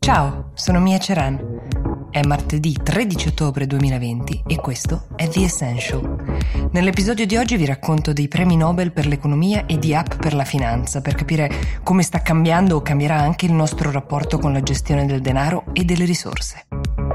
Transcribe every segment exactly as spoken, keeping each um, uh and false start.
Ciao, sono Mia Ceran. È martedì tredici ottobre duemilaventi e questo è The Essential. Nell'episodio di oggi vi racconto dei premi Nobel per l'economia e di app per la finanza per capire come sta cambiando o cambierà anche il nostro rapporto con la gestione del denaro e delle risorse.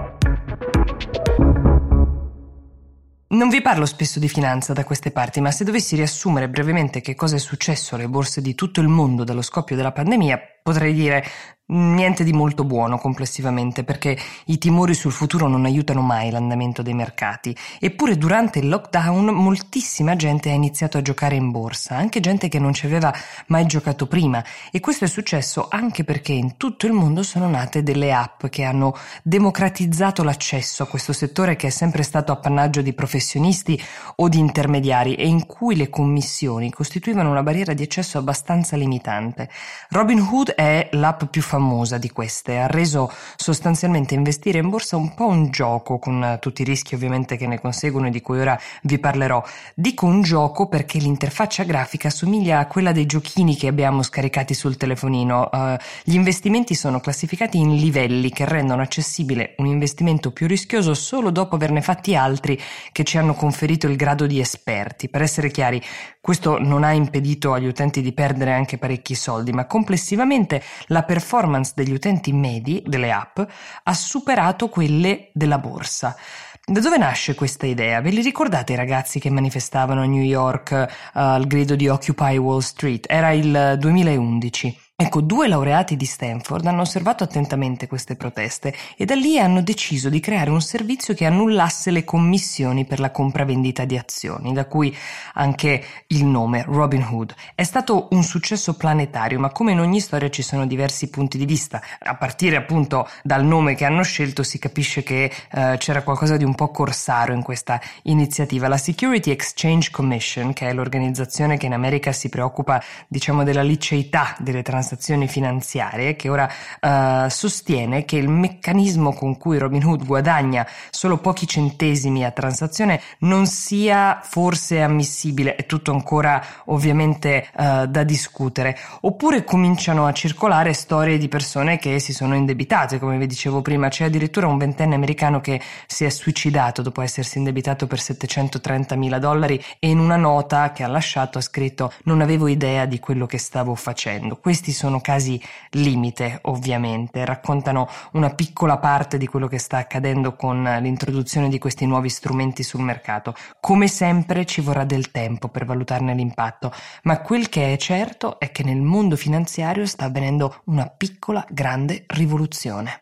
Non vi parlo spesso di finanza da queste parti, ma se dovessi riassumere brevemente che cosa è successo alle borse di tutto il mondo dallo scoppio della pandemia, potrei dire niente di molto buono complessivamente, perché i timori sul futuro non aiutano mai l'andamento dei mercati. Eppure durante il lockdown moltissima gente ha iniziato a giocare in borsa, anche gente che non ci aveva mai giocato prima, e questo è successo anche perché in tutto il mondo sono nate delle app che hanno democratizzato l'accesso a questo settore che è sempre stato appannaggio di professionisti o di intermediari e in cui le commissioni costituivano una barriera di accesso abbastanza limitante. Robinhood è l'app più famosa famosa di queste, ha reso sostanzialmente investire in borsa un po' un gioco, con tutti i rischi ovviamente che ne conseguono e di cui ora vi parlerò. Dico un gioco perché l'interfaccia grafica somiglia a quella dei giochini che abbiamo scaricati sul telefonino. Uh, gli investimenti sono classificati in livelli che rendono accessibile un investimento più rischioso solo dopo averne fatti altri che ci hanno conferito il grado di esperti. Per essere chiari, questo non ha impedito agli utenti di perdere anche parecchi soldi, ma complessivamente la performance degli utenti medi delle app ha superato quelle della borsa. Da dove nasce questa idea? Ve li ricordate i ragazzi che manifestavano a New York uh, al grido di Occupy Wall Street? Era il duemilaundici. Ecco, due laureati di Stanford hanno osservato attentamente queste proteste e da lì hanno deciso di creare un servizio che annullasse le commissioni per la compravendita di azioni, da cui anche il nome Robinhood. È stato un successo planetario, ma come in ogni storia ci sono diversi punti di vista. A partire appunto dal nome che hanno scelto si capisce che eh, c'era qualcosa di un po' corsaro in questa iniziativa. La Security Exchange Commission, che è l'organizzazione che in America si preoccupa, diciamo, della liceità delle transazioni finanziarie, che ora uh, sostiene che il meccanismo con cui Robinhood guadagna solo pochi centesimi a transazione non sia forse ammissibile. È tutto ancora ovviamente uh, da discutere. Oppure cominciano a circolare storie di persone che si sono indebitate, come vi dicevo prima. C'è addirittura un ventenne americano che si è suicidato dopo essersi indebitato per settecentotrentamila dollari e in una nota che ha lasciato ha scritto: non avevo idea di quello che stavo facendo. Questi sono casi limite, ovviamente, raccontano una piccola parte di quello che sta accadendo con l'introduzione di questi nuovi strumenti sul mercato. Come sempre ci vorrà del tempo per valutarne l'impatto, ma quel che è certo è che nel mondo finanziario sta avvenendo una piccola grande rivoluzione.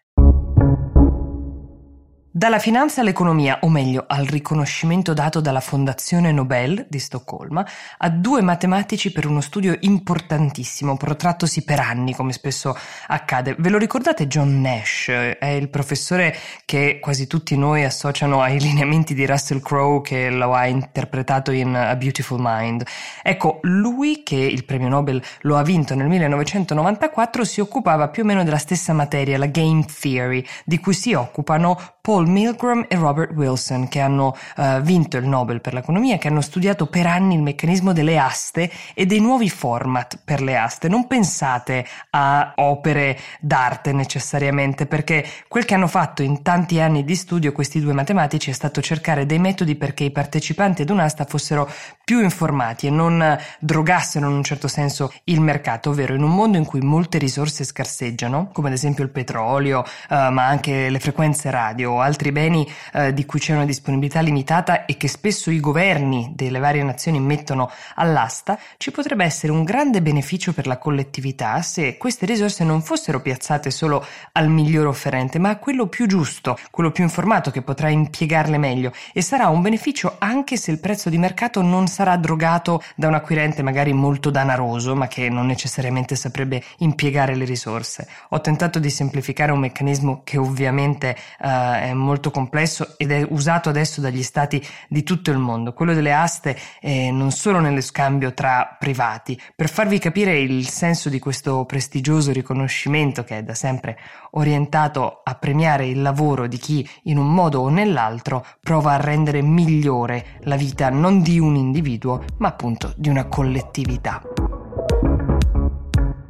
Dalla finanza all'economia, o meglio al riconoscimento dato dalla Fondazione Nobel di Stoccolma a due matematici per uno studio importantissimo, protrattosi per anni come spesso accade. Ve lo ricordate John Nash? È il professore che quasi tutti noi associano ai lineamenti di Russell Crowe, che lo ha interpretato in A Beautiful Mind. Ecco, lui, che il premio Nobel lo ha vinto nel millenovecentonovantaquattro, si occupava più o meno della stessa materia, la game theory, di cui si occupano Paul Milgram e Robert Wilson, che hanno uh, vinto il Nobel per l'economia, che hanno studiato per anni il meccanismo delle aste e dei nuovi format per le aste. Non pensate a opere d'arte necessariamente, perché quel che hanno fatto in tanti anni di studio questi due matematici è stato cercare dei metodi perché i partecipanti ad un'asta fossero più informati e non drogassero in un certo senso il mercato, ovvero in un mondo in cui molte risorse scarseggiano, come ad esempio il petrolio, uh, ma anche le frequenze radio o altri beni eh, di cui c'è una disponibilità limitata e che spesso i governi delle varie nazioni mettono all'asta, ci potrebbe essere un grande beneficio per la collettività se queste risorse non fossero piazzate solo al miglior offerente, ma a quello più giusto, quello più informato che potrà impiegarle meglio, e sarà un beneficio anche se il prezzo di mercato non sarà drogato da un acquirente magari molto danaroso, ma che non necessariamente saprebbe impiegare le risorse. Ho tentato di semplificare un meccanismo che ovviamente uh, è molto complesso ed è usato adesso dagli stati di tutto il mondo, quello delle aste, eh, non solo nello scambio tra privati. Per farvi capire il senso di questo prestigioso riconoscimento, che è da sempre orientato a premiare il lavoro di chi in un modo o nell'altro prova a rendere migliore la vita non di un individuo, ma appunto di una collettività.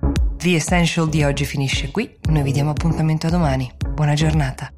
The Essential di oggi finisce qui, noi vi diamo appuntamento a domani. Buona giornata.